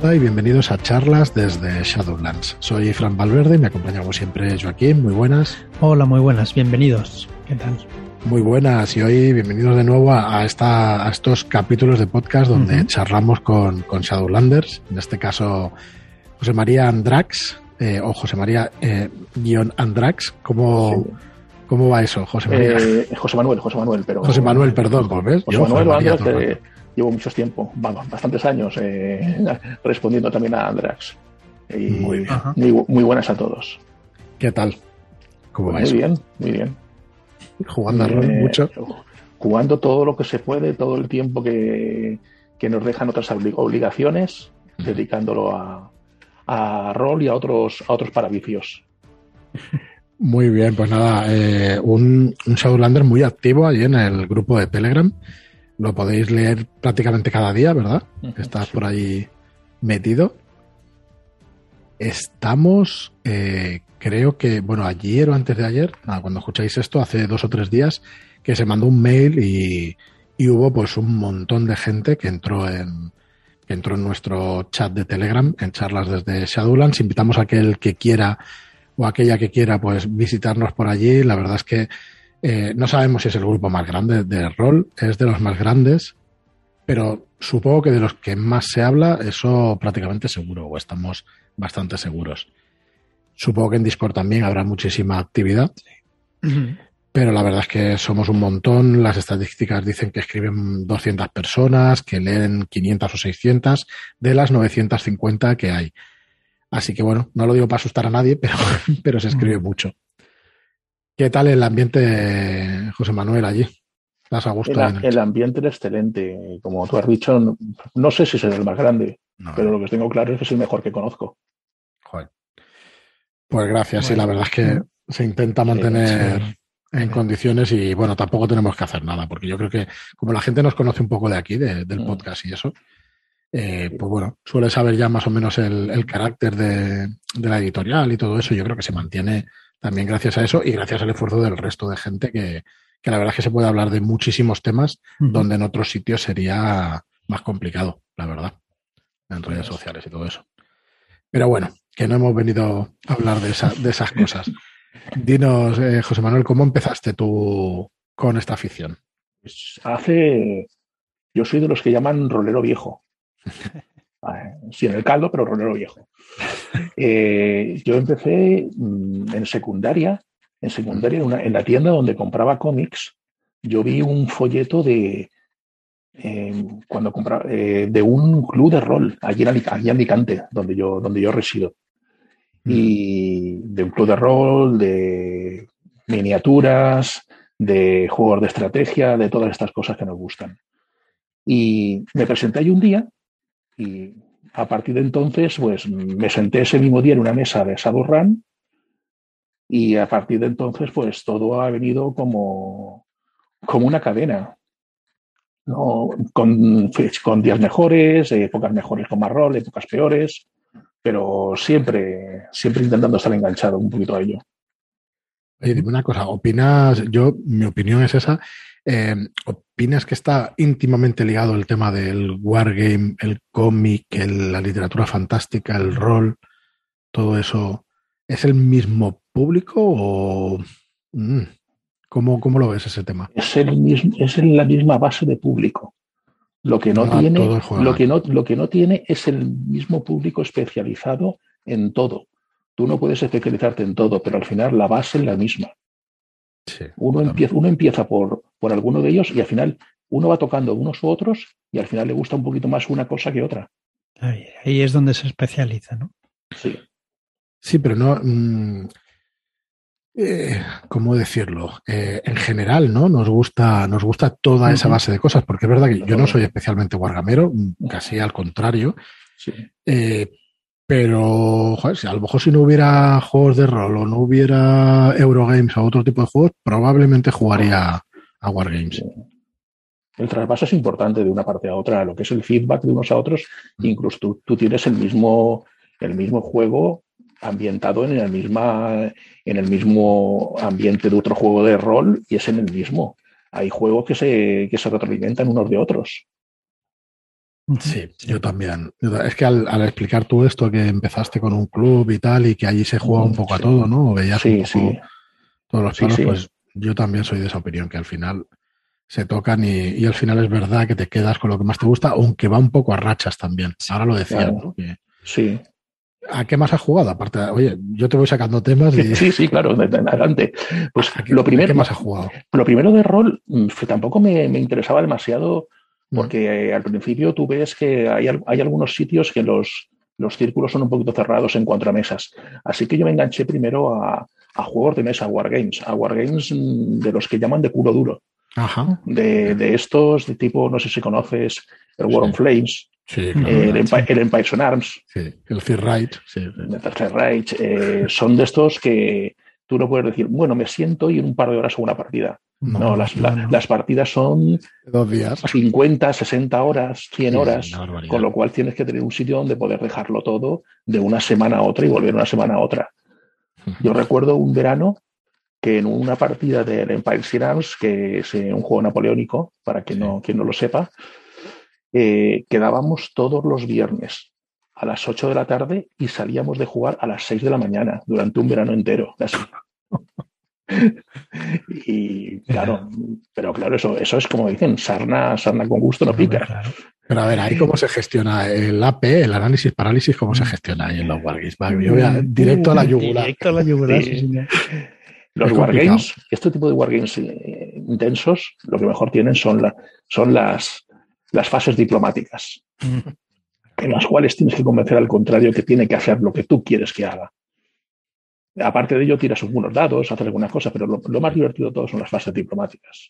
Y bienvenidos a charlas desde Shadowlands. Soy Fran Valverde y me acompaña como siempre Joaquín. Muy buenas. Hola, muy buenas. Bienvenidos. ¿Qué tal? Muy buenas, y hoy bienvenidos de nuevo a estos capítulos de podcast donde charlamos con Shadowlanders. En este caso, José María Andrax, o José María Andrax. ¿Cómo va eso, José María? José Manuel, pero... José Manuel, perdón, ¿pues ves? José Manuel o Andrax, llevo muchos tiempo, bastantes años respondiendo también a Andrax. Y muy buenas a todos. ¿Qué tal? ¿Cómo va eso? Muy bien. Jugando a rol mucho. Jugando todo lo que se puede, todo el tiempo que nos dejan otras obligaciones, dedicándolo a rol y a otros paravicios. Muy bien, pues nada, un Shadowlander muy activo allí en el grupo de Telegram. Lo podéis leer prácticamente cada día, ¿verdad? Estás por ahí metido. Estamos, creo que, bueno, ayer o antes de ayer, cuando escucháis esto, hace 2 o 3 días, que se mandó un mail y hubo pues un montón de gente que entró en nuestro chat de Telegram, en charlas desde Shadowlands. Invitamos a aquel que quiera o aquella que quiera pues visitarnos por allí. La verdad es que no sabemos si es el grupo más grande de rol, es de los más grandes, pero supongo que de los que más se habla, eso prácticamente seguro, o estamos bastante seguros. Supongo que en Discord también habrá muchísima actividad, pero la verdad es que somos un montón. Las estadísticas dicen que escriben 200 personas, que leen 500 o 600 de las 950 que hay. Así que bueno, no lo digo para asustar a nadie, pero se escribe mucho. ¿Qué tal el ambiente, José Manuel, allí? ¿Estás a gusto? El ambiente es excelente. Como tú has dicho, no sé si es el más grande, pero lo que tengo claro es que es el mejor que conozco. Joder. Pues gracias, y la verdad es que se intenta mantener en condiciones y bueno, tampoco tenemos que hacer nada, porque yo creo que como la gente nos conoce un poco de aquí, del podcast y eso, pues bueno, suele saber ya más o menos el carácter de la editorial y todo eso. Yo creo que se mantiene también gracias a eso y gracias al esfuerzo del resto de gente que la verdad es que se puede hablar de muchísimos temas donde en otros sitios sería más complicado, la verdad, en redes sociales y todo eso. Pero bueno, que no hemos venido a hablar de esas cosas. Dinos, José Manuel, ¿cómo empezaste tú con esta afición? Pues yo soy de los que llaman rolero viejo. Sí, en el caldo, pero rolero viejo. Yo empecé en secundaria en la tienda donde compraba cómics. Yo vi un folleto de un club de rol allí en Alicante, donde yo resido. Y de un club de rol, de miniaturas, de juegos de estrategia, de todas estas cosas que nos gustan. Y me presenté ahí un día y a partir de entonces pues me senté ese mismo día en una mesa de Shadowrun y a partir de entonces pues todo ha venido como una cadena, ¿no? Con días mejores, épocas mejores con más rol, épocas peores, pero siempre intentando estar enganchado un poquito a ello. Oye, dime una cosa, mi opinión es esa, ¿opinas que está íntimamente ligado el tema del wargame, el cómic, la literatura fantástica, el rol, todo eso? ¿Es el mismo público o cómo lo ves ese tema? Es la misma base de público. Lo que no tiene es el mismo público especializado en todo. Tú no puedes especializarte en todo, pero al final la base es la misma. Sí, uno empieza por alguno de ellos y al final uno va tocando unos u otros y al final le gusta un poquito más una cosa que otra. Ahí es donde se especializa, ¿no? Sí. Sí, pero no... ¿cómo decirlo? En general, ¿no? Nos gusta toda esa base de cosas, porque es verdad que yo no soy especialmente wargamero, casi al contrario. Sí. Pero, joder, a lo mejor si no hubiera juegos de rol o no hubiera Eurogames o otro tipo de juegos, probablemente jugaría a Wargames. El traspaso es importante de una parte a otra, lo que es el feedback de unos a otros. Incluso tú tienes el mismo juego ambientado en el mismo ambiente de otro juego de rol y es en el mismo. Hay juegos que se retroalimentan unos de otros. Sí, yo también. Es que al explicar tú esto, que empezaste con un club y tal, y que allí se juega un poco a Sí, todo, ¿no? O veías un sí, poco sí, todos los sí, palos, sí. pues yo también soy de esa opinión, que al final se tocan y al final es verdad que te quedas con lo que más te gusta, aunque va un poco a rachas también. Ahora lo decías, Claro, ¿no? sí. ¿A qué más has jugado? Aparte, oye, yo te voy sacando temas y Sí, sí, claro, adelante. Pues ¿a qué más has jugado? lo primero de rol tampoco me interesaba demasiado Mm. porque al principio tú ves que hay algunos sitios que los círculos son un poquito cerrados en cuanto a mesas. Así que yo me enganché primero a juegos de mesa, a wargames de los que llaman de culo duro. Ajá. De estos, de tipo, no sé si conoces, el War on Sí, Flames, sí, claro. el Empires in Arms, Sí, el Fear Right, sí, el Tercer Reich, son de estos que tú no puedes decir, bueno, me siento y en un par de horas hago una partida. no, No, No. las partidas son 2 días. 50, 60 horas, 100 Sí, sí, una horas, con barbaridad. lo cual tienes que tener un sitio donde poder dejarlo todo de una semana a otra y volver una semana a otra. Yo recuerdo un verano que en una partida del Empire in Arms, que es un juego napoleónico, para Sí. quien no lo sepa, quedábamos todos los viernes a las 8 de la tarde y salíamos de jugar a las 6 de la mañana durante un verano entero, casi. Y claro, pero claro, eso es como dicen, sarna con gusto no Hombre, pica. claro. Pero a ver, ahí cómo se gestiona el AP, el análisis parálisis, cómo se gestiona ahí en los Wargames. Va, yo voy directo a la yugular. Directo a la yugular, sí, Sí. señor. Los Es complicado. wargames, este tipo de wargames intensos, lo que mejor tienen son las fases diplomáticas, en las cuales tienes que convencer al contrario que tiene que hacer lo que tú quieres que haga. Aparte de ello, tiras algunos dados, haces algunas cosas, pero lo más divertido de todo son las fases diplomáticas.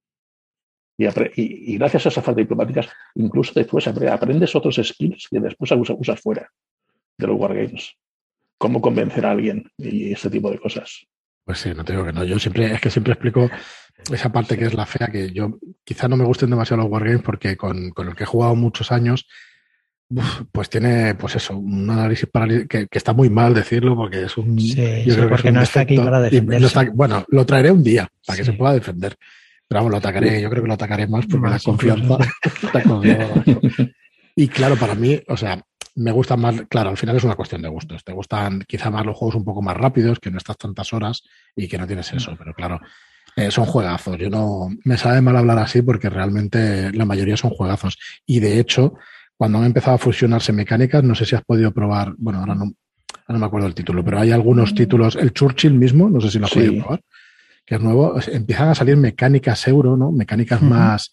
Y gracias a esas fases diplomáticas, incluso después aprendes otros skills que después usas fuera de los wargames. Cómo convencer a alguien y este tipo de cosas. Pues sí, no te digo que no. Yo siempre, es que siempre explico esa parte que es la fea, que yo quizá no me gusten demasiado los Wargames porque con el que he jugado muchos años, pues tiene, pues eso, un análisis parálisis que está muy mal decirlo porque es Sí, yo sí, creo que es porque un no está aquí defecto. para Y defenderse. bueno, lo traeré un día para que se Sí, pueda defender. Pero vamos, lo atacaré, yo creo que lo atacaré más porque la más incluso, confianza, sí. la confianza. Y claro, para mí, o sea, me gustan más, claro, al final es una cuestión de gustos. Te gustan quizá más los juegos un poco más rápidos, que no estás tantas horas y que no tienes eso, pero claro, son juegazos. Yo no, me sabe mal hablar así porque realmente la mayoría son juegazos. Y de hecho, cuando han empezado a fusionarse mecánicas, no sé si has podido probar, bueno, ahora no me acuerdo el título, pero hay algunos títulos, el Churchill mismo, no sé si lo has podido Sí, probar, que es nuevo, empiezan a salir mecánicas euro, ¿no? Mecánicas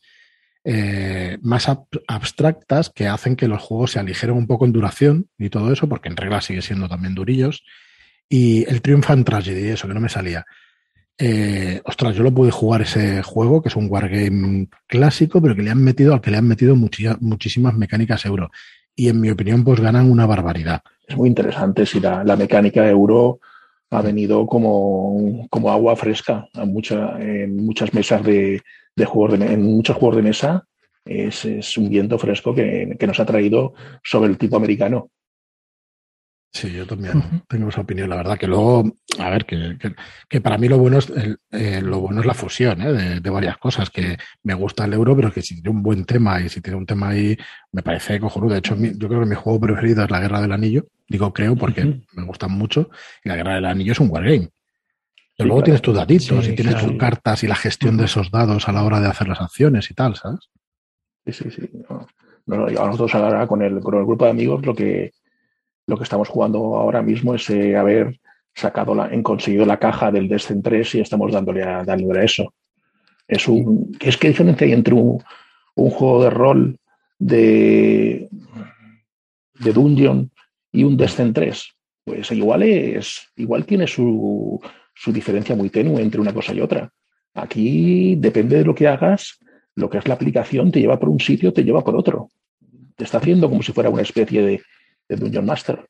más abstractas que hacen que los juegos se aligeren un poco en duración y todo eso, porque en regla sigue siendo también durillos. Y el Triumphant Tragedy, eso que no me salía. Ostras, yo lo pude jugar ese juego, que es un wargame clásico, pero al que le han metido muchísimas mecánicas euro. Y en mi opinión, pues ganan una barbaridad. es muy interesante si la mecánica euro ha venido como agua fresca en muchas mesas de juegos en muchos juegos de mesa. Es un viento fresco que nos ha traído sobre el tipo americano. Sí, yo también tengo esa opinión. La verdad que luego, a ver, que para mí lo bueno es lo bueno es la fusión, de varias cosas. Que me gusta el euro, pero que si tiene un buen tema y si tiene un tema ahí, me parece cojonudo. De hecho, yo creo que mi juego preferido es la Guerra del Anillo. Digo creo porque me gustan mucho. Y la Guerra del Anillo es un wargame. Pero Sí, luego tienes claro. tus daditos y Sí, tienes tus claro. Sí, cartas y la gestión de esos dados a la hora de hacer las acciones y tal, ¿sabes? sí, sí, sí. No, a nosotros ahora con el grupo de amigos lo que estamos jugando ahora mismo es haber conseguido la caja del Descent 3 y estamos dándole a eso. ¿Qué diferencia hay entre un juego de rol de, de Dungeon y un Descent 3? Pues igual tiene su diferencia muy tenue entre una cosa y otra. Aquí depende de lo que hagas, lo que es la aplicación te lleva por un sitio, te lleva por otro. Te está haciendo como si fuera una especie de Dungeon Master.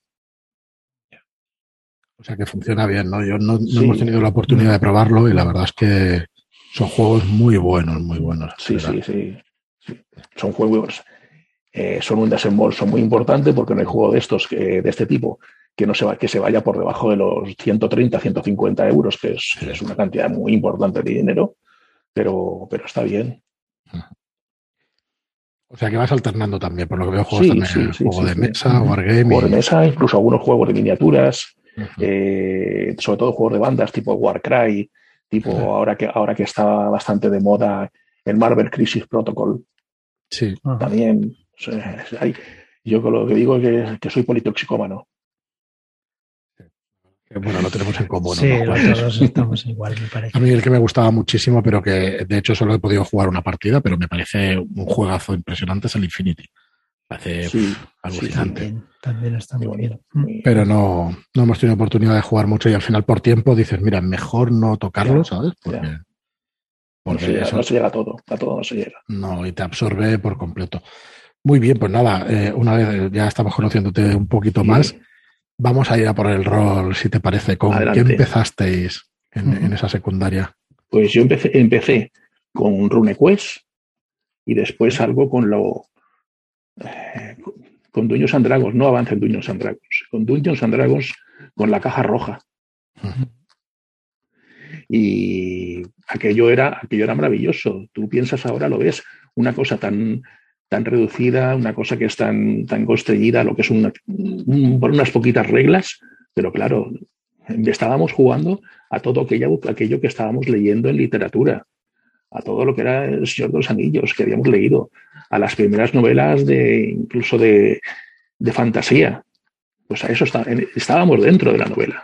O sea que funciona bien, ¿no? Yo no hemos Sí, tenido la oportunidad de probarlo y la verdad es que son juegos muy buenos en sí, general. sí, sí, sí. Son juegos, son un desembolso muy importante porque no hay juego de estos, de este tipo, que se vaya por debajo de los 130, 150 euros, que Sí. es una cantidad muy importante de dinero, pero está bien. O sea que vas alternando también, por lo que veo juegos también, juego de mesa, wargame. Juego de mesa, incluso algunos juegos de miniaturas, sobre todo juegos de bandas tipo Warcry, tipo ahora que está bastante de moda el Marvel Crisis Protocol. Sí. También, yo con lo que digo es que soy politoxicómano. Bueno, lo tenemos en común. Sí, todos estamos igual, me parece. A mí el que me gustaba muchísimo, pero que de hecho solo he podido jugar una partida, pero me parece un juegazo impresionante, es el Infinity. Parece alucinante. Sí, también está muy bien. Pero no hemos tenido oportunidad de jugar mucho y al final por tiempo dices, mira, mejor no tocarlo, ¿sabes? Porque no se llega a todo no se llega. No, y te absorbe por completo. Muy bien, pues nada, una vez ya estamos conociéndote un poquito más, vamos a ir a por el rol, si te parece. ¿Con qué empezasteis en esa secundaria? Pues yo empecé con RuneQuest y después algo con Dungeons and Dragons, no avancé en Dungeons and Dragons, con Dungeons and Dragons con la caja roja. Y aquello era maravilloso. Tú piensas ahora, lo ves, una cosa tan reducida, una cosa que es tan constreñida, lo que es por unas poquitas reglas, pero claro, estábamos jugando a todo aquello que estábamos leyendo en literatura, a todo lo que era El Señor de los Anillos que habíamos leído, a las primeras novelas incluso de fantasía. Pues a eso estábamos dentro de la novela.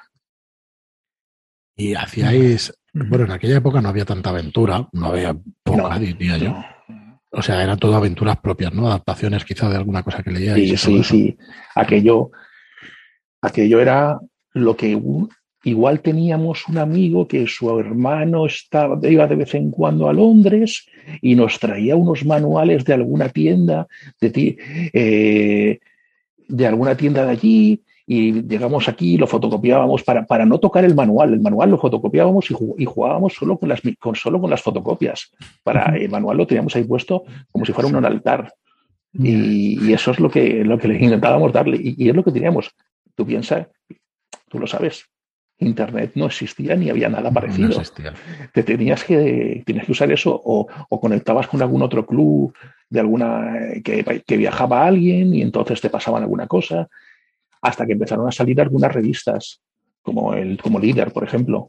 Y hacíais, bueno, en aquella época no había tanta aventura, no había poca, diría yo. O sea, eran todo aventuras propias, ¿no? Adaptaciones quizá de alguna cosa que leíais. Sí. Aquello era lo que igual teníamos un amigo que su hermano iba de vez en cuando a Londres y nos traía unos manuales de alguna tienda, de alguna tienda de allí. Y llegamos aquí y lo fotocopiábamos para no tocar el manual. El manual lo fotocopiábamos y jugábamos solo con las fotocopias. El manual lo teníamos ahí puesto como si fuera un altar. Y eso es lo que le intentábamos darle. Y es lo que teníamos. Tú piensas, tú lo sabes, Internet no existía ni había nada parecido. No existía. Tenías que usar eso o conectabas con algún otro club de alguna que viajaba alguien y entonces te pasaban alguna cosa. Hasta que empezaron a salir algunas revistas, como Líder, por ejemplo,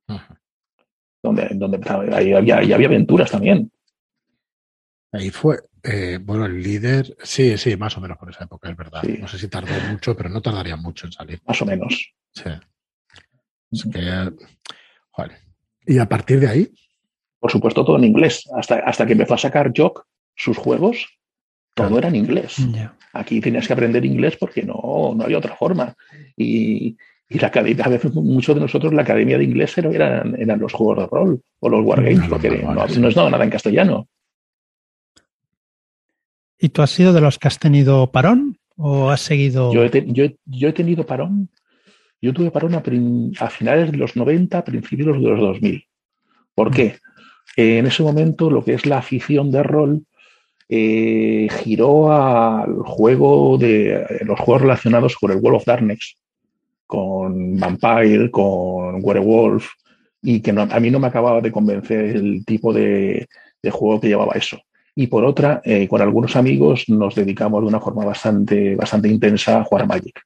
donde ahí había aventuras también. Ahí fue, bueno, el Líder, sí, más o menos por esa época, es verdad. Sí. No sé si tardó mucho, pero no tardaría mucho en salir. Más o menos. Sí. Es que, joder. ¿Y a partir de ahí? Por supuesto, todo en inglés. Hasta que empezó a sacar Jock sus juegos, todo era en inglés. Aquí tenías que aprender inglés porque no había otra forma. Y la academia, a veces muchos de nosotros, la academia de inglés eran los juegos de rol o los wargames, porque no es nada en castellano. ¿Y tú has sido de los que has tenido parón o has seguido? Yo he tenido parón. Yo tuve parón a finales de los 90, a principios de los 2000. ¿Por qué? En ese momento lo que es la afición de rol giró al juego los juegos relacionados con el World of Darkness, con Vampire, con Werewolf, y que a mí no me acababa de convencer el tipo de juego que llevaba eso. Y por otra, con algunos amigos nos dedicamos de una forma bastante intensa a jugar Magic.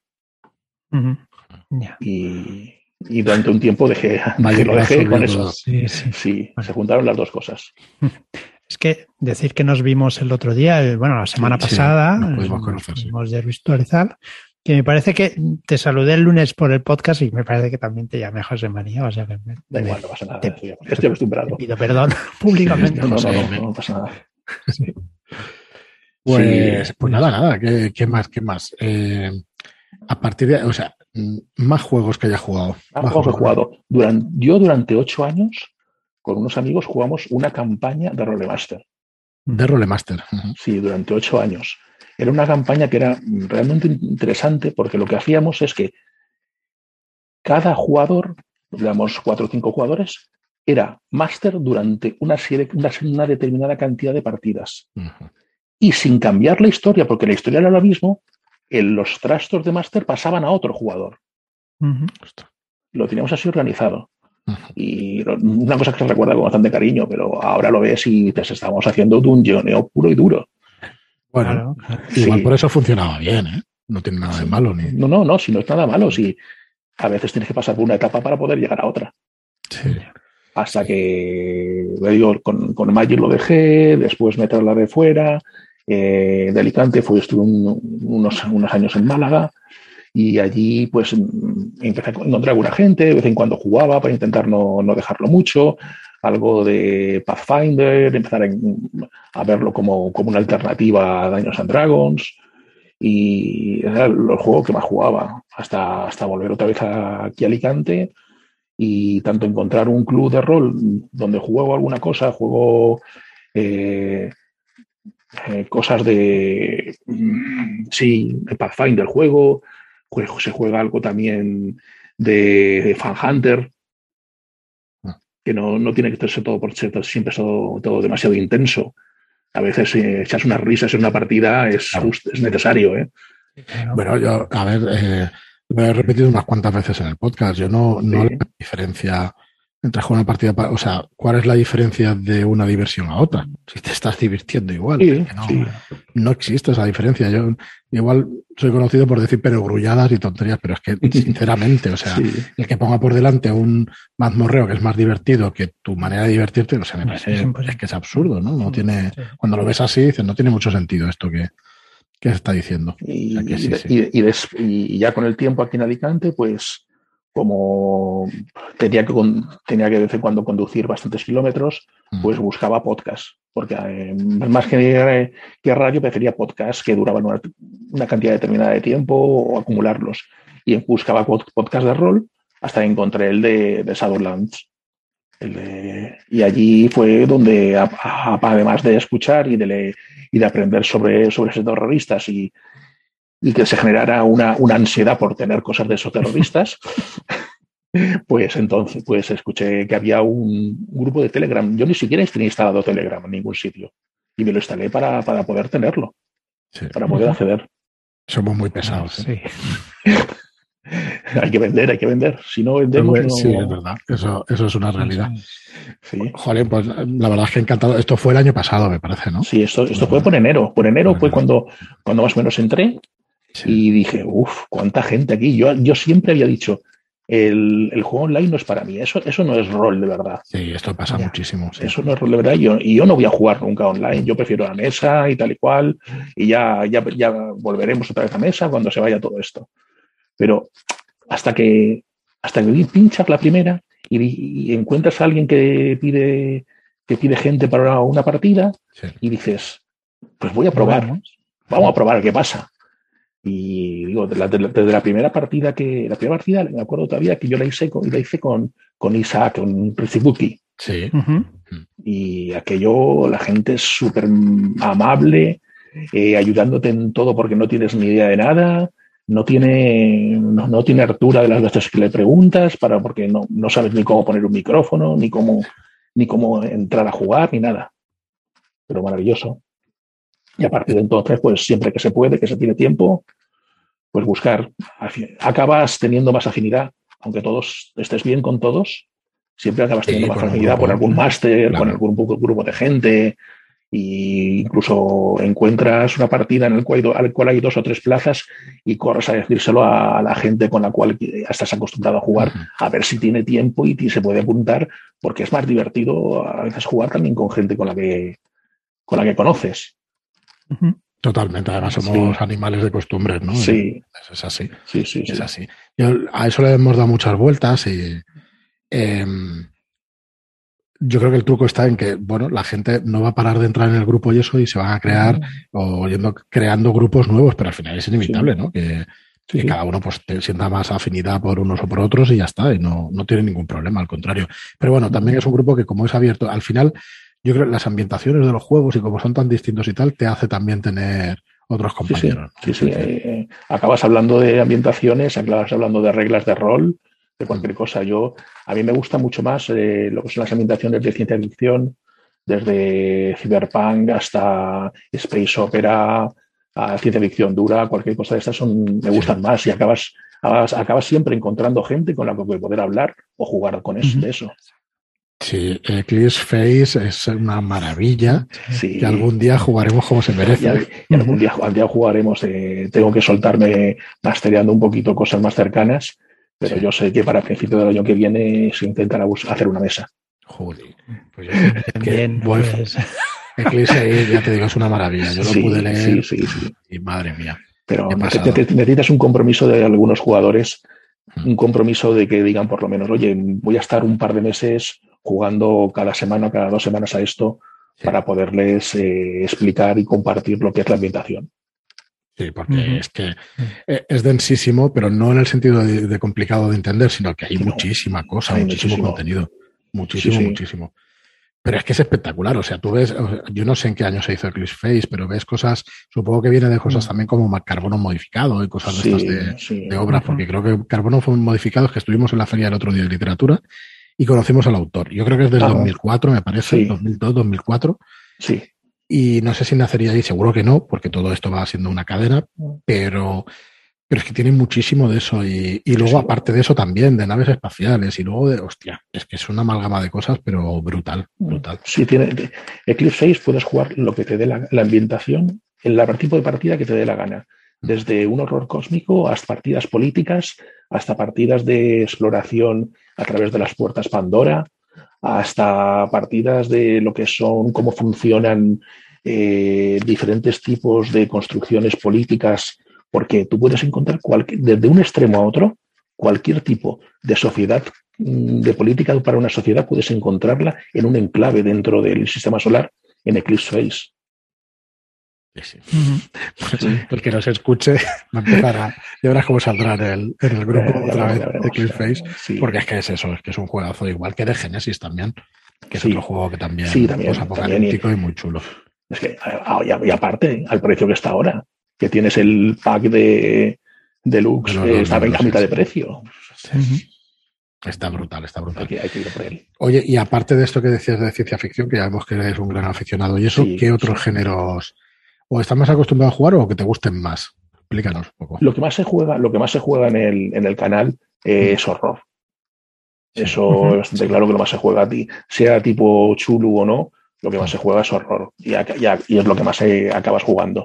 Y durante un tiempo lo dejé con eso. Sí, se juntaron las dos cosas. Es que decir que nos vimos el otro día, la semana pasada, nos de virtualizar, que me parece que te saludé el lunes por el podcast y me parece que también te llamé José María. O sea que da igual, no pasa nada. Estoy acostumbrado. Te pido perdón públicamente. No pasa nada. Sí. Pues nada, ¿qué más? A partir de, o sea, más juegos que haya jugado. Más juegos que he jugado. Yo durante 8 años con unos amigos jugamos una campaña de Rolemaster. De Rolemaster. Sí, durante 8 años. Era una campaña que era realmente interesante porque lo que hacíamos es que cada jugador, digamos 4 o 5 jugadores, era máster durante una determinada cantidad de partidas. Y sin cambiar la historia, porque la historia era lo mismo, los trastos de máster pasaban a otro jugador. Lo teníamos así organizado. Y una cosa que se recuerda con bastante cariño, pero ahora lo ves y dices, estamos haciendo dungeoneo puro y duro. Bueno, igual por eso funcionaba bien, ¿eh? No tiene nada de malo. No, si no es nada malo. Si a veces tienes que pasar por una etapa para poder llegar a otra. Sí. Hasta que, digo, con Magic lo dejé, después me trasladé fuera, de Alicante, estuve unos años en Málaga y allí pues empecé a encontrar alguna gente, de vez en cuando jugaba para intentar no dejarlo mucho, algo de Pathfinder, empezar a verlo como una alternativa a Dungeons and Dragons. Y era el juego que más jugaba hasta volver otra vez aquí a Alicante y tanto encontrar un club de rol donde juego alguna cosa, juego cosas de Pathfinder se juega algo también de Fan Hunter, que no tiene que ser todo por ser siempre todo demasiado intenso. A veces echas unas risas en una partida es necesario, ¿eh? Bueno, yo, a ver, lo he repetido unas cuantas veces en el podcast. Yo no le veo diferencia entre jugar una partida, o sea, ¿cuál es la diferencia de una diversión a otra? Si te estás divirtiendo igual. No existe esa diferencia. Yo igual soy conocido por decir perogrulladas y tonterías, pero es que, sinceramente, o sea, el que ponga por delante un mazmorreo que es más divertido que tu manera de divertirte, o sea, me parece es que es absurdo, ¿no? No tiene, cuando lo ves así, dices, no tiene mucho sentido esto que se está diciendo. Y ya con el tiempo aquí en Alicante, pues como tenía que de vez en cuando conducir bastantes kilómetros, pues buscaba podcast, porque más que radio prefería podcasts que duraban una cantidad determinada de tiempo o acumularlos. Y buscaba podcast de rol hasta que encontré el de Shadowlands. Y allí fue donde, además de escuchar y de aprender sobre esos terroristas y que se generara una ansiedad por tener cosas de esos terroristas, pues entonces escuché que había un grupo de Telegram. Yo ni siquiera tenía instalado Telegram en ningún sitio y me lo instalé para poder tenerlo, para poder acceder. Somos muy pesados. Sí. Hay que vender. Si no vendemos, no... Sí, es verdad. Eso es una realidad. Sí. Joder, pues la verdad es que encantado. Esto fue el año pasado, me parece, ¿no? Sí, esto fue por enero. Por enero fue cuando más o menos entré. Sí. Y dije, cuánta gente aquí. Yo siempre había dicho, el juego online no es para mí. Eso no es rol de verdad. Sí, esto pasa muchísimo. Sí. Eso no es rol de verdad. Y yo no voy a jugar nunca online. Yo prefiero la mesa y tal y cual. Y ya volveremos otra vez a mesa cuando se vaya todo esto. Pero hasta que pinchas la primera y encuentras a alguien que pide gente para una partida y dices, pues voy a probar. Vamos a probar qué pasa. Y digo, desde la primera partida me acuerdo todavía que yo la hice con Isaac, con Rizibuki. Sí. Y aquello, la gente es súper amable, ayudándote en todo porque no tienes ni idea de nada, no tiene hartura de las veces que le preguntas, porque no sabes ni cómo poner un micrófono, ni cómo entrar a jugar, ni nada. Pero maravilloso. Y a partir de entonces, pues siempre que se puede, que se tiene tiempo, pues buscar. Acabas teniendo más afinidad, aunque todos estés bien con todos, siempre acabas teniendo más afinidad por algún máster, con algún grupo de gente, e incluso encuentras una partida al cual hay 2 o 3 plazas y corres a decírselo a la gente con la cual ya estás acostumbrado a jugar, a ver si tiene tiempo y se puede apuntar, porque es más divertido a veces jugar también con gente con la que conoces. Totalmente, además somos animales de costumbres, ¿no? Sí. Eso es así. Sí. Es así. A eso le hemos dado muchas vueltas y yo creo que el truco está en que, bueno, la gente no va a parar de entrar en el grupo y eso y se van a crear creando grupos nuevos, pero al final es inevitable, ¿no? Que cada uno pues sienta más afinidad por unos o por otros y ya está, y no tiene ningún problema, al contrario. Pero bueno, también es un grupo que como es abierto, al final yo creo que las ambientaciones de los juegos y como son tan distintos y tal, te hace también tener otros compañeros. Sí. Acabas hablando de ambientaciones, acabas hablando de reglas de rol, de cualquier cosa. A mí me gusta mucho más lo que son las ambientaciones de ciencia ficción, desde Cyberpunk hasta Space Opera, a ciencia ficción dura, cualquier cosa de estas me gustan más y acabas siempre encontrando gente con la que poder hablar o jugar con eso, de eso. Sí, Eclipse Phase es una maravilla. Sí. Que algún día jugaremos como se merece. Y algún día jugaremos. Tengo que soltarme mastereando un poquito cosas más cercanas, pero yo sé que para principios del año que viene se intentará hacer una mesa. Joder, pues yo bien, pues... Eclipse, ya te digo, es una maravilla. Yo lo pude leer y madre mía. Pero necesitas un compromiso de algunos jugadores, un compromiso de que digan por lo menos, oye, voy a estar un par de meses jugando cada semana o cada 2 semanas a esto para poderles explicar y compartir lo que es la ambientación. Sí, porque es que es densísimo, pero no en el sentido de complicado de entender, sino que hay muchísima cosa, muchísimo contenido. Muchísimo. Pero es que es espectacular, o sea, tú ves, yo no sé en qué año se hizo Eclipse Phase, pero ves cosas, supongo que viene de cosas también como carbono modificado y cosas de estas de obras, porque creo que carbono fue modificado, es que estuvimos en la feria el otro día de literatura y conocimos al autor. Yo creo que es del 2004, me parece, 2002, 2004. Sí. Y no sé si nacería ahí, seguro que no, porque todo esto va siendo una cadena, pero es que tiene muchísimo de eso y luego aparte de eso también, de naves espaciales y luego es que es una amalgama de cosas, pero brutal. Sí, tiene Eclipse Phase, puedes jugar lo que te dé la ambientación, el tipo de partida que te dé la gana. Desde un horror cósmico hasta partidas políticas, hasta partidas de exploración a través de las puertas Pandora, hasta partidas de lo que son, cómo funcionan diferentes tipos de construcciones políticas, porque tú puedes encontrar desde un extremo a otro cualquier tipo de sociedad, de política para una sociedad, puedes encontrarla en un enclave dentro del sistema solar en Eclipse Phase. Sí. Pues el que nos escuche va a empezar a... Ya verás cómo saldrá en el grupo otra vez Eclipse Phase, porque es que es eso, es que es un juegazo igual que de Genesis también, que es otro juego que también es apocalíptico y muy chulo. Es que, y aparte, al precio que está ahora, que tienes el pack de Deluxe, está a mitad de precio. Está brutal. Hay que ir por él. Oye, y aparte de esto que decías de ciencia ficción, que ya vemos que eres un gran aficionado y eso, ¿qué otros géneros o estás más acostumbrado a jugar o que te gusten más? Explícanos un poco. Lo que más se juega en el canal es horror. Eso es bastante claro que lo más se juega a ti, sea tipo Chulu o no, lo que más se juega es horror y es lo que más acabas jugando.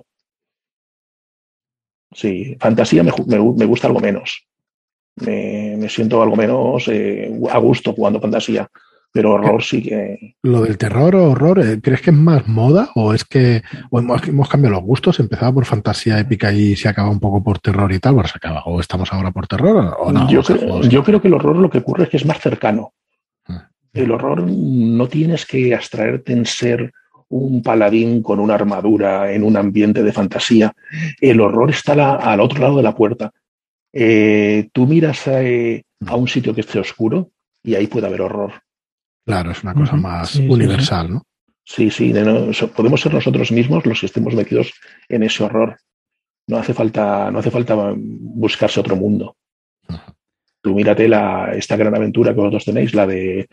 Sí, fantasía me gusta algo menos. Me siento algo menos a gusto jugando fantasía, pero horror sí que... ¿Lo del terror o horror, crees que es más moda o es que hemos cambiado los gustos? Empezaba por fantasía épica y se acaba un poco por terror y tal, bueno, se acaba, o estamos ahora por terror o no. Yo creo que el horror lo que ocurre es que es más cercano. El horror no tienes que abstraerte en ser un paladín con una armadura en un ambiente de fantasía. El horror está al otro lado de la puerta. Tú miras a un sitio que esté oscuro y ahí puede haber horror. Claro, es una cosa más universal, ¿no? Sí, podemos ser nosotros mismos los que estemos metidos en ese horror. No hace falta buscarse otro mundo. Tú mírate esta gran aventura que vosotros tenéis, la de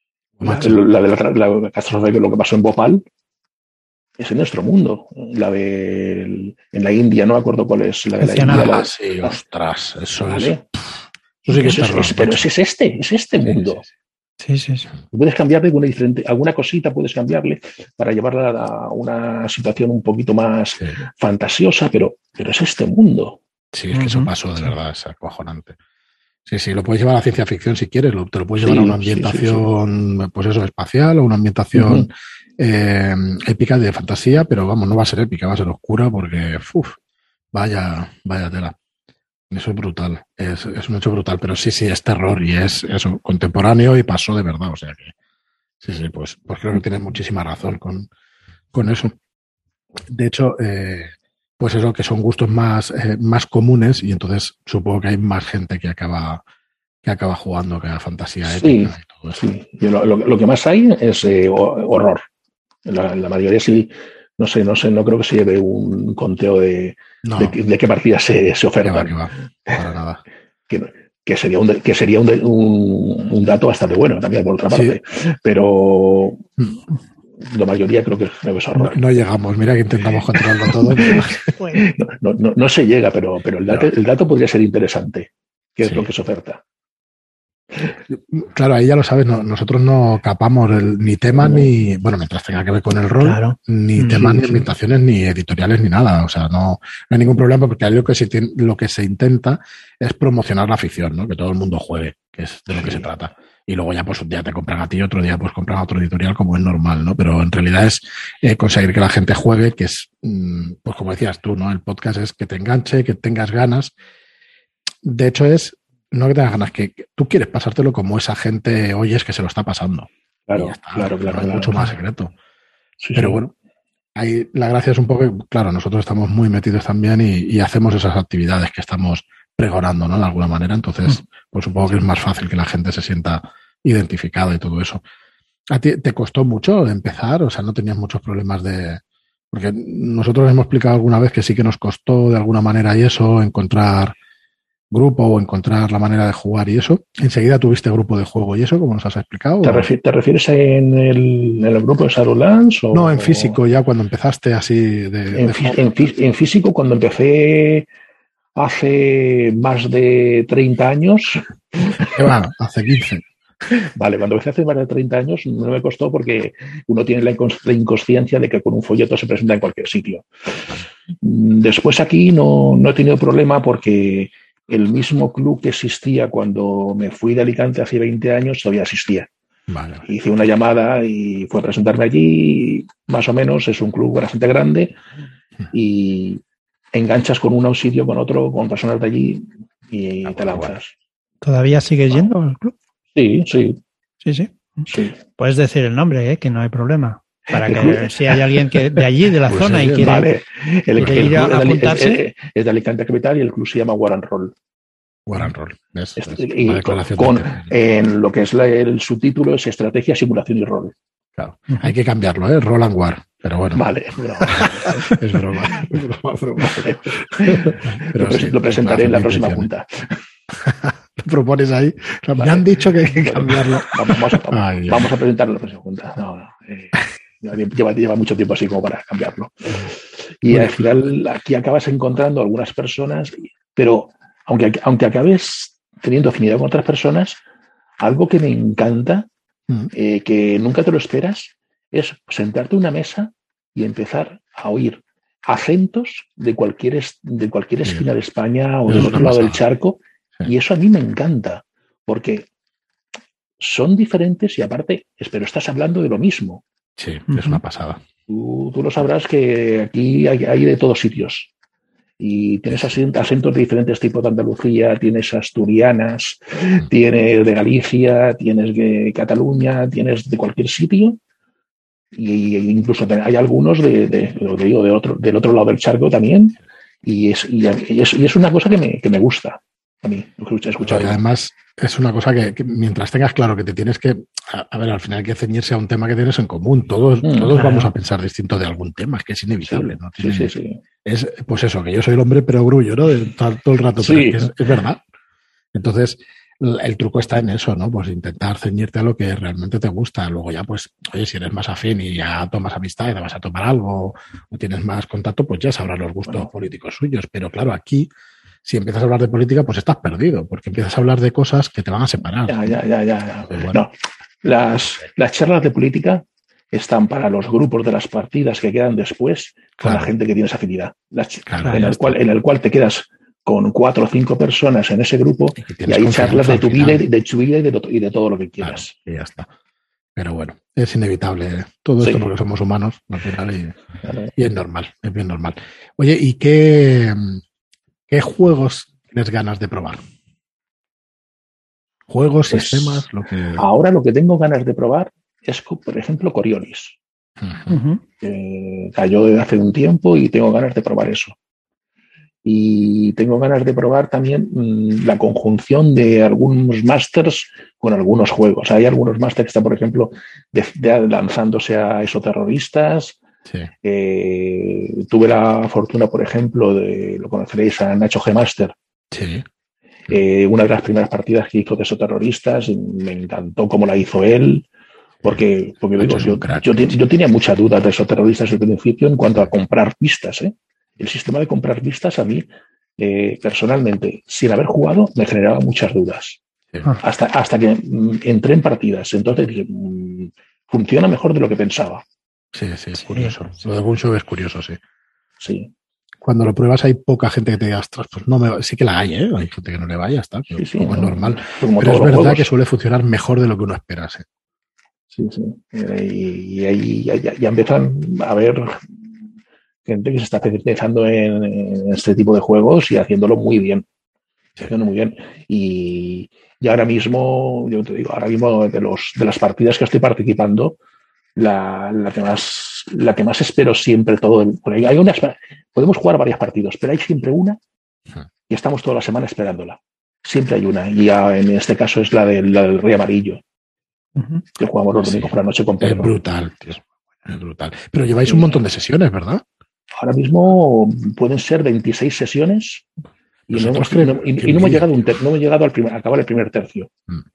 la catástrofe, lo que pasó en Bhopal, es en nuestro mundo. En la India, no me acuerdo cuál es. La de la India. Sí, ostras, eso ¿vale? Eso sí que es pero es este mundo. Sí. Puedes cambiarle alguna cosita, puedes cambiarle para llevarla a una situación un poquito más fantasiosa, pero es este mundo. Sí, es que eso pasó de verdad, es acojonante. Sí, lo puedes llevar a la ciencia ficción si quieres, te lo puedes llevar a una ambientación, pues eso, espacial o una ambientación épica de fantasía, pero vamos, no va a ser épica, va a ser oscura porque, vaya tela. Eso es brutal, es un hecho brutal, pero sí, es terror y es eso, contemporáneo y pasó de verdad, o sea que sí, pues creo que tienes muchísima razón con eso. De hecho, pues eso, que son gustos más comunes y entonces supongo que hay más gente que acaba jugando que a fantasía épica y todo eso. Sí. Lo que más hay es horror. La mayoría sí, no creo que se lleve un conteo de qué partidas se ofertan. Que va, para nada. que sería un dato bastante bueno también por otra parte. Pero la mayoría creo que es horror. No llegamos, mira que intentamos controlarlo todo. No se llega, pero el dato podría ser interesante. ¿Qué es lo que se oferta? Claro, ahí ya lo sabes, nosotros no capamos ni temas ni, bueno, mientras tenga que ver con el rol, claro. Ni temas, ni ambientaciones, ni editoriales, ni nada. O sea, no hay ningún problema porque ahí lo que se intenta es promocionar la afición, ¿no? Que todo el mundo juegue, que es de lo que se trata. Y luego ya pues un día te compran a ti, otro día pues compran a otro editorial, como es normal, ¿no? Pero en realidad es conseguir que la gente juegue, que es, pues como decías tú, ¿no? El podcast es que te enganche, que tengas ganas. De hecho es, no que tengas ganas, que tú quieres pasártelo como esa gente oyes que se lo está pasando. Claro, y ya está, claro. No hay mucho más secreto. Sí, pero bueno, ahí la gracia es un poco, claro, nosotros estamos muy metidos también y hacemos esas actividades que estamos pregonando, ¿no? De alguna manera. Entonces, pues supongo que es más fácil que la gente se sienta identificada y todo eso. ¿A ti te costó mucho empezar? O sea, ¿no tenías muchos problemas de...? Porque nosotros hemos explicado alguna vez que sí que nos costó de alguna manera y eso, encontrar grupo o encontrar la manera de jugar y eso. ¿Enseguida tuviste grupo de juego y eso, como nos has explicado? ¿Te refieres en el grupo de Shadowlands? No, en físico, ya cuando empezaste así en físico, cuando empecé hace más de 30 años. ¿Qué va? Hace 15. Vale, cuando empecé hace más de 30 años no me costó porque uno tiene la inconsciencia de que con un folleto se presenta en cualquier sitio. Después aquí no he tenido problema porque el mismo club que existía cuando me fui de Alicante hace 20 años todavía existía. Vale. Hice una llamada y fue a presentarme allí. Más o menos es un club bastante grande y enganchas con un sitio, con otro, con personas de allí y te lanzas. ¿Todavía sigues yendo al club? Sí. Puedes decir el nombre, que no hay problema. Para que si hay alguien que de allí, de la zona, y quiere, vale. quiere ir a apuntarse. Es de Alicante Capital y el club se llama War and Roll. War and Roll. En lo que es el subtítulo es Estrategia, Simulación y Rol. Claro. Hay que cambiarlo, Roll and War. Pero bueno. Vale. Es broma. Pero lo presentaré en la próxima junta. Lo propones ahí. Vale. Me han dicho que hay que cambiarlo. Vamos a presentarlo en la próxima junta. Lleva mucho tiempo así como para cambiarlo. Y al final aquí acabas encontrando algunas personas, pero aunque acabes teniendo afinidad con otras personas, algo que me encanta, que nunca te lo esperas, es sentarte a una mesa y empezar a oír acentos de cualquier esquina de España o del otro lado del charco. Y eso a mí me encanta, porque son diferentes y aparte, pero estás hablando de lo mismo. Sí, es una pasada. Tú lo sabrás que aquí hay de todos sitios. Y tienes acentos de diferentes tipos de Andalucía, tienes asturianas, tienes de Galicia, tienes de Cataluña, tienes de cualquier sitio. Y incluso hay algunos del otro lado del charco también. Y es una cosa que me gusta. A mí, escuchar. Además, es una cosa que mientras tengas claro que te tienes que... A ver, al final hay que ceñirse a un tema que tienes en común. Todos vamos a pensar distinto de algún tema, es que es inevitable. ¿No? Sí. Es pues eso, que yo soy el hombre perogrullo, ¿no? De estar todo el rato, pero es verdad. Entonces, el truco está en eso, ¿no? Pues intentar ceñirte a lo que realmente te gusta. Luego ya, pues, oye, si eres más afín y ya tomas amistad y te vas a tomar algo o tienes más contacto, pues ya sabrás los gustos políticos suyos. Pero claro, aquí... Si empiezas a hablar de política, pues estás perdido, porque empiezas a hablar de cosas que te van a separar. Ya. Pues bueno. No, las charlas de política están para los grupos de las partidas que quedan después con la gente que tienes afinidad. En el cual te quedas con 4 o 5 personas en ese grupo y ahí charlas de tu vida y de todo lo que quieras. Claro, y ya está. Pero bueno, es inevitable todo esto porque somos humanos, natural, y es normal, es bien normal. Oye, ¿y qué juegos tienes ganas de probar? ¿Juegos, pues, sistemas? Ahora lo que tengo ganas de probar es, por ejemplo, Coriolis. Cayó hace un tiempo y tengo ganas de probar eso. Y tengo ganas de probar también la conjunción de algunos másters con algunos juegos. Hay algunos másters que están, por ejemplo, lanzándose a exoterroristas. Sí. Tuve la fortuna, por ejemplo, lo conoceréis a Nacho G. Master. Sí. Una de las primeras partidas que hizo de exoterroristas, me encantó cómo la hizo él, porque yo tenía muchas dudas de exoterroristas al principio en cuanto a comprar pistas. El sistema de comprar pistas a mí, personalmente, sin haber jugado, me generaba muchas dudas. Sí. Hasta que entré en partidas. Entonces dije, funciona mejor de lo que pensaba. Sí, es curioso. Lo de Gunshow es curioso, sí. Sí. Cuando lo pruebas hay poca gente que te diga, ostras, pues no sí que la hay, ¿eh? Hay gente que no le vaya, está, pero como es normal. Pero es verdad que suele funcionar mejor de lo que uno esperase. Sí. Y ahí ya empiezan a haber gente que se está especializando en este tipo de juegos y haciéndolo muy bien. Y ahora mismo, yo te digo, de las partidas que estoy participando, la que más espero siempre porque podemos jugar varios partidos, pero hay siempre una y estamos toda la semana esperándola. Siempre hay una, y en este caso es la del Rey Amarillo, que jugamos los domingos por la noche con Pedro. Es brutal, tío. Es brutal. Pero lleváis un montón de sesiones, ¿verdad? Ahora mismo pueden ser 26 sesiones y no hemos llegado a acabar el primer tercio.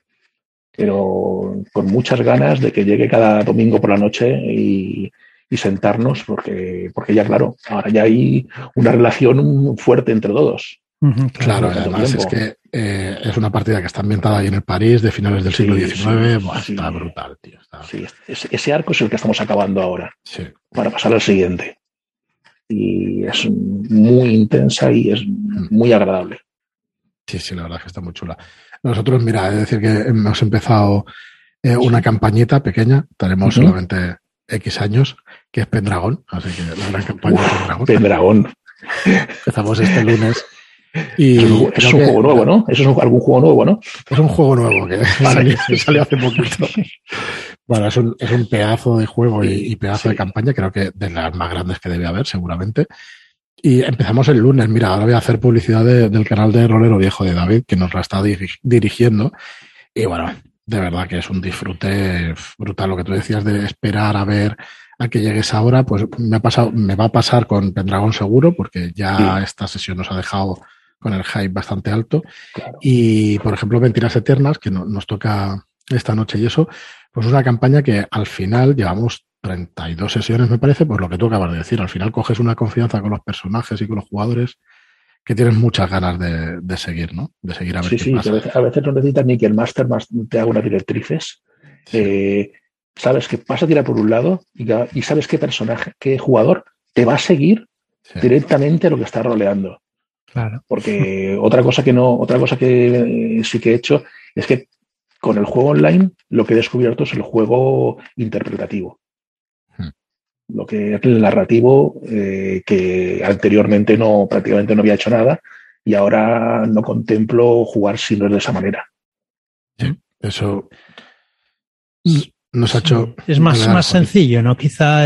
Pero con muchas ganas de que llegue cada domingo por la noche y sentarnos, porque ya, claro, ahora ya hay una relación fuerte entre todos. Claro, además es que es una partida que está ambientada ahí en el París de finales del siglo XIX. Está brutal, tío. Sí, ese arco es el que estamos acabando ahora, para pasar al siguiente. Y es muy intensa y es muy agradable. Sí, la verdad es que está muy chula. Nosotros, mira, es decir que hemos empezado una campañita pequeña, tenemos solamente X años, que es Pendragon, así que la gran campaña de Pendragon. Pendragon. Empezamos este lunes. Y es un juego nuevo, ¿no? Eso es algún juego nuevo, ¿no? Es un juego nuevo que salió hace poquito. Bueno, es un pedazo de juego y pedazo de campaña, creo que de las más grandes que debe haber, seguramente. Y empezamos el lunes. Mira, ahora voy a hacer publicidad del canal de Rolero Viejo de David, que nos la está dirigiendo. Y bueno, de verdad que es un disfrute brutal. Lo que tú decías de esperar a ver a que llegue esa hora, pues me va a pasar con Pendragon seguro, porque ya esta sesión nos ha dejado con el hype bastante alto. Claro. Y, por ejemplo, Mentiras Eternas, que nos toca esta noche y eso, pues es una campaña que al final llevamos 32 sesiones, me parece, pues lo que tú acabas de decir. Al final coges una confianza con los personajes y con los jugadores que tienes muchas ganas de seguir, ¿no? De seguir a ver qué pasa. A veces no necesitas ni que el máster te haga unas directrices. Sabes que vas a tirar por un lado y sabes qué jugador te va a seguir directamente lo que está roleando. Claro. Porque otra cosa que sí que he hecho es que con el juego online lo que he descubierto es el juego interpretativo. Lo que es el narrativo, que anteriormente prácticamente no había hecho nada y ahora no contemplo jugar si no es de esa manera. Sí, eso nos ha hecho... Es más sencillo, ¿no? Quizá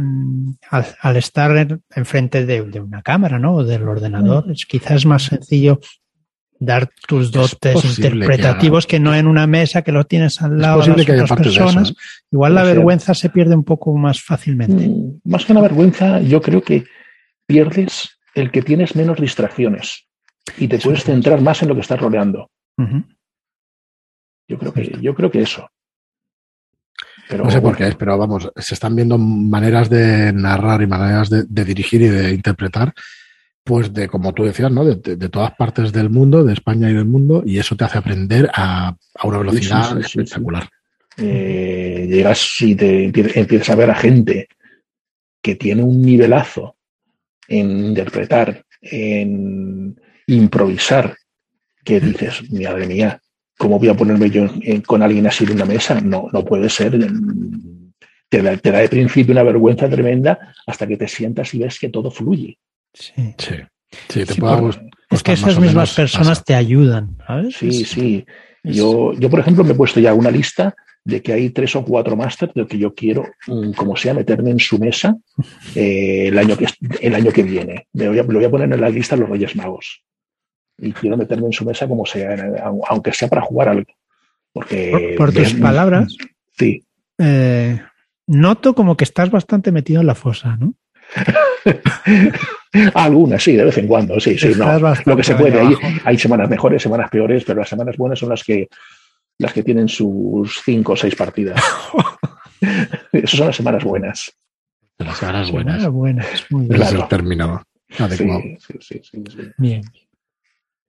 al estar enfrente de una cámara, ¿no? O del ordenador, quizás es más sencillo dar tus dotes interpretativos que no en una mesa que lo tienes al lado de las otras personas. Eso, Igual la vergüenza se pierde un poco más fácilmente. Más que una vergüenza, yo creo que pierdes el que tienes menos distracciones y te puedes centrar más en lo que estás roleando. Yo creo que eso. Pero, no sé por qué es, pero vamos, se están viendo maneras de narrar y maneras de dirigir y de interpretar, pues de, como tú decías, ¿no? De todas partes del mundo, de España y del mundo, y eso te hace aprender a una velocidad espectacular. Llegas y empiezas a ver a gente que tiene un nivelazo en interpretar, en improvisar, que dices, madre mía, ¿cómo voy a ponerme yo con alguien así en una mesa? No puede ser. Te da de principio una vergüenza tremenda hasta que te sientas y ves que todo fluye. Sí, te puedo es que esas mismas personas te ayudan, ¿sabes? Sí. Yo, por ejemplo, me he puesto ya una lista de que hay 3 o 4 másters de que yo quiero, como sea, meterme en su mesa el año que viene. Lo voy a poner en la lista de los Reyes Magos. Y quiero meterme en su mesa como sea, aunque sea para jugar algo. Porque por tus palabras, sí. Noto como que estás bastante metido en la fosa, ¿no? Algunas, sí, de vez en cuando, sí, no. Lo que se puede, hay semanas mejores, semanas peores, pero las semanas buenas son las que tienen sus 5 o 6 partidas. Esas son las semanas buenas. Las semanas buenas. Muy bien. Es el término adecuado. Sí. Bien.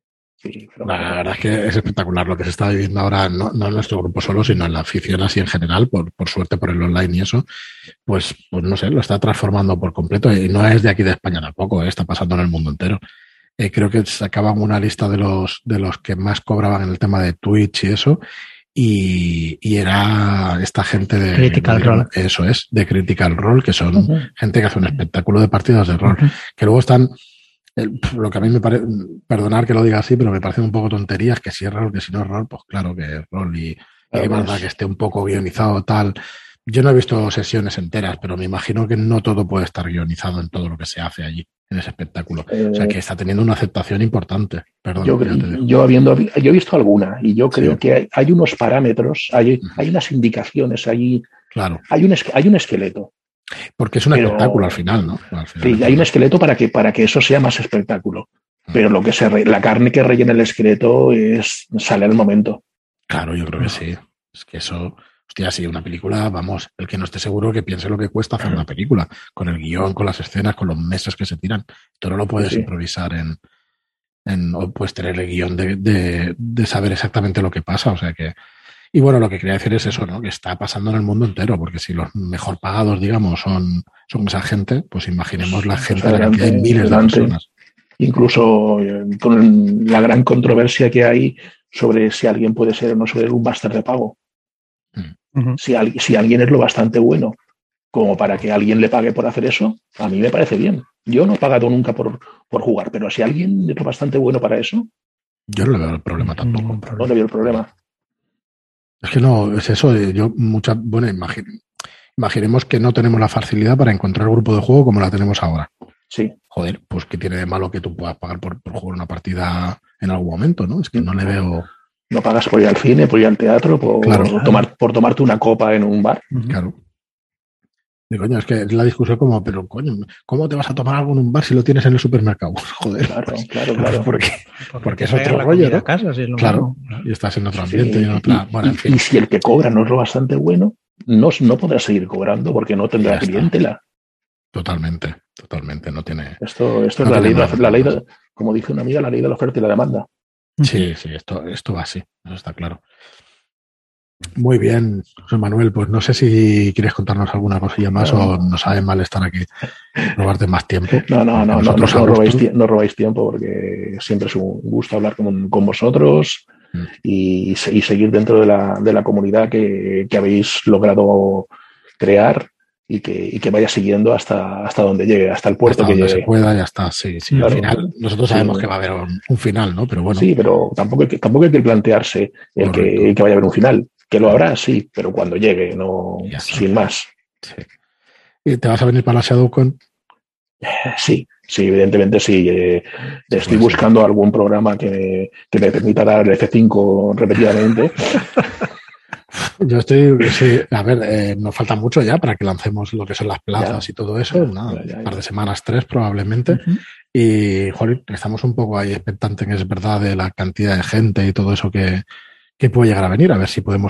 Sí, la verdad es que es espectacular lo que se está viviendo ahora, no en nuestro grupo solo, sino en la afición así en general, por suerte por el online y eso, pues no sé, lo está transformando por completo y no es de aquí de España tampoco, está pasando en el mundo entero. Creo que sacaban una lista de los que más cobraban en el tema de Twitch y eso, y era esta gente de Critical Role. Eso es, de Critical Role, que son gente que hace un espectáculo de partidas de rol, que luego están... lo que a mí me parece, perdonar que lo diga así, pero me parece un poco tonterías, que si es rol, que si no es rol, pues claro que es rol y qué más da que esté un poco guionizado tal. Yo no he visto sesiones enteras, pero me imagino que no todo puede estar guionizado en todo lo que se hace allí, en ese espectáculo. O sea, que está teniendo una aceptación importante. Perdón, yo he visto alguna y yo creo que hay unos parámetros, hay unas indicaciones, claro. hay un esqueleto. Porque es un espectáculo al final, ¿no? Al final, sí, hay un esqueleto para que eso sea más espectáculo. Pero lo que la carne que rellena el esqueleto sale al momento. Claro, yo creo que sí. Es que eso, hostia, sí, una película, vamos, el que no esté seguro que piense lo que cuesta hacer una película, con el guión, con las escenas, con los meses que se tiran. Tú no lo puedes improvisar o puedes tener el guión de saber exactamente lo que pasa, o sea que... Y bueno, lo que quería decir es eso, ¿no? Que está pasando en el mundo entero, porque si los mejor pagados, digamos, son esa gente, pues imaginemos la gente, la cantidad de miles de personas. Incluso con la gran controversia que hay sobre si alguien puede ser o no ser un máster de pago. Si alguien es lo bastante bueno como para que alguien le pague por hacer eso, a mí me parece bien. Yo no he pagado nunca por jugar, pero si alguien es lo bastante bueno para eso... Yo no le veo el problema tampoco. No le veo el problema. Es que no, es eso. Imaginemos que no tenemos la facilidad para encontrar grupo de juego como la tenemos ahora. Sí. Joder, pues ¿qué tiene de malo que tú puedas pagar por jugar una partida en algún momento, no? Es que no le veo... No pagas por ir al cine, por ir al teatro, por tomarte una copa en un bar. Claro. Y coño, es que es la discusión como, pero coño, ¿cómo te vas a tomar algo en un bar si lo tienes en el supermercado? Joder. Claro. Porque es otro rollo, ¿no? Casa, si es lo claro. Mismo. Y estás en otro ambiente y en otra... Bueno, en fin. Y si el que cobra no es lo bastante bueno, no podrás seguir cobrando porque no tendrá clientela. Totalmente. No tiene... Esto es la ley como dice una amiga, la ley de la oferta y la demanda. Sí, esto va así, eso está claro. Muy bien, José Manuel, pues no sé si quieres contarnos alguna cosilla más o nos sabe mal estar aquí, robarte más tiempo. No robáis tiempo porque siempre es un gusto hablar con vosotros y seguir dentro de la comunidad que habéis logrado crear y que vaya siguiendo hasta donde llegue, hasta el puerto hasta que donde llegue. Se pueda, ya está, sí. Claro. Al final, nosotros sabemos que va a haber un final, ¿no? Pero bueno. Sí, pero tampoco hay que plantearse que vaya a haber un final. Que lo habrá, sí, pero cuando llegue, no sin más. Sí. ¿Y te vas a venir para la ShadowCon? Sí, evidentemente sí. Estoy buscando algún programa que me permita dar el F5 repetidamente. Yo sí, a ver, nos falta mucho ya para que lancemos lo que son las plazas y todo eso, un par de semanas, 3 probablemente. Y, joder, estamos un poco ahí expectantes, es verdad, de la cantidad de gente y todo eso que puede llegar a venir, a ver si podemos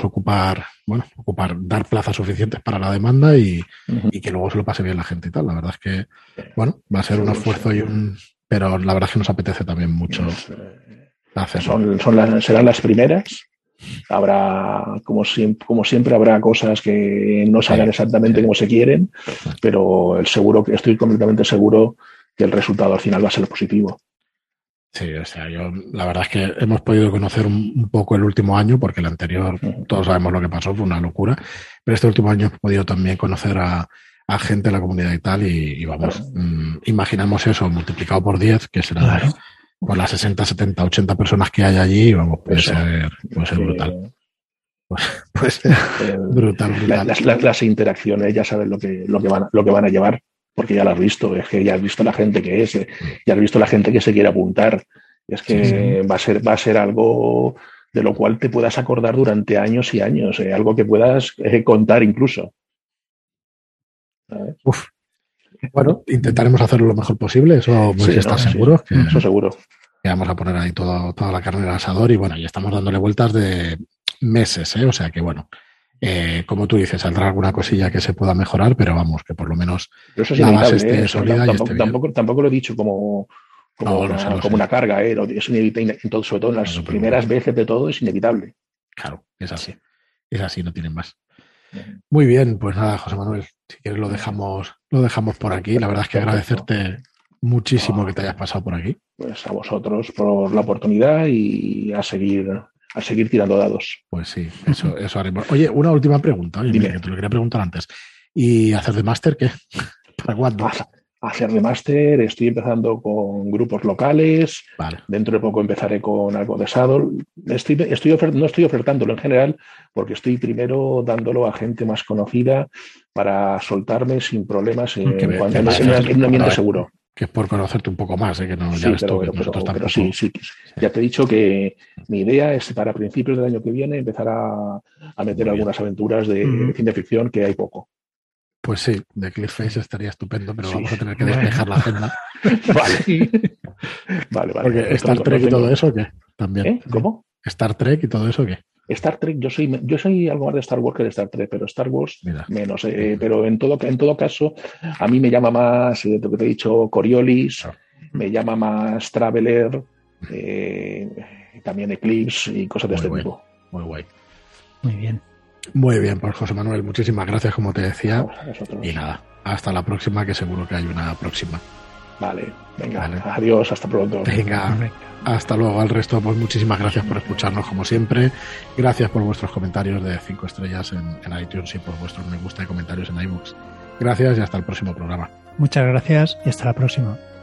dar plazas suficientes para la demanda y que luego se lo pase bien la gente y tal. La verdad es que, bueno, va a ser un esfuerzo pero la verdad es que nos apetece también mucho hacerlo. Serán las primeras. Habrá, como siempre, habrá cosas que no salgan exactamente como se quieren, pero estoy completamente seguro que el resultado al final va a ser positivo. Sí, o sea, la verdad es que hemos podido conocer un poco el último año, porque el anterior, todos sabemos lo que pasó, fue una locura, pero este último año hemos podido también conocer a gente de la comunidad y tal, y vamos, imaginamos eso multiplicado por 10, que será por las 60, 70, 80 personas que hay allí, vamos, puede ser brutal. Puede ser brutal. Las interacciones ya saben lo que van a llevar. Porque ya lo has visto, es que ya has visto la gente que es, ya has visto la gente que se quiere apuntar. Es que va a ser algo de lo cual te puedas acordar durante años y años, algo que puedas contar incluso. ¿Sabes? Bueno, intentaremos hacerlo lo mejor posible, eso estás seguro. Eso seguro. Que vamos a poner ahí toda la carne en el asador y bueno, ya estamos dándole vueltas de meses, o sea que bueno. Como tú dices, saldrá alguna cosilla que se pueda mejorar, pero vamos, que por lo menos pero eso es la base esté sólida y esté bien. Tampoco lo he dicho como como una carga, es inevitable, sobre todo en las primeras veces de todo es inevitable. Claro, es así, no tienen más. Muy bien, pues nada, José Manuel, si quieres lo dejamos por aquí. La verdad es que agradecerte muchísimo que te hayas pasado por aquí. Pues a vosotros por la oportunidad y a seguir tirando dados. Pues sí, eso haremos. Oye, una última pregunta, mira, que te lo quería preguntar antes. ¿Y hacer de máster qué? ¿Para cuándo? Hacer de máster, estoy empezando con grupos locales. Vale. Dentro de poco empezaré con algo de Saddle. No estoy ofertándolo en general porque estoy primero dándolo a gente más conocida para soltarme sin problemas en un ambiente seguro. Que es por conocerte un poco más, que no sí, ya ves pero, tú, que nosotros tampoco. Sí. Ya te he dicho que mi idea es para principios del año que viene empezar a meter algunas aventuras de ciencia ficción, que hay poco. Pues sí, de Cliffface estaría estupendo, pero vamos a tener que despejar la agenda. Vale. Porque Star Trek y todo eso, ¿qué? También. ¿Cómo? Star Trek y todo eso, ¿qué? Star Trek, yo soy algo más de Star Wars que de Star Trek, pero Star Wars menos. Pero en todo caso, a mí me llama más, lo que te he dicho, Coriolis, me llama más Traveler, también Eclipse y cosas de este tipo. Muy guay. Muy bien. Muy bien, pues José Manuel, muchísimas gracias, como te decía. Y nada, hasta la próxima, que seguro que hay una próxima. Vale, venga, adiós, hasta pronto. Venga, hasta luego. Al resto, pues muchísimas gracias por escucharnos como siempre. Gracias por vuestros comentarios de 5 estrellas en iTunes y por vuestros me gusta y comentarios en iBooks. Gracias y hasta el próximo programa. Muchas gracias y hasta la próxima.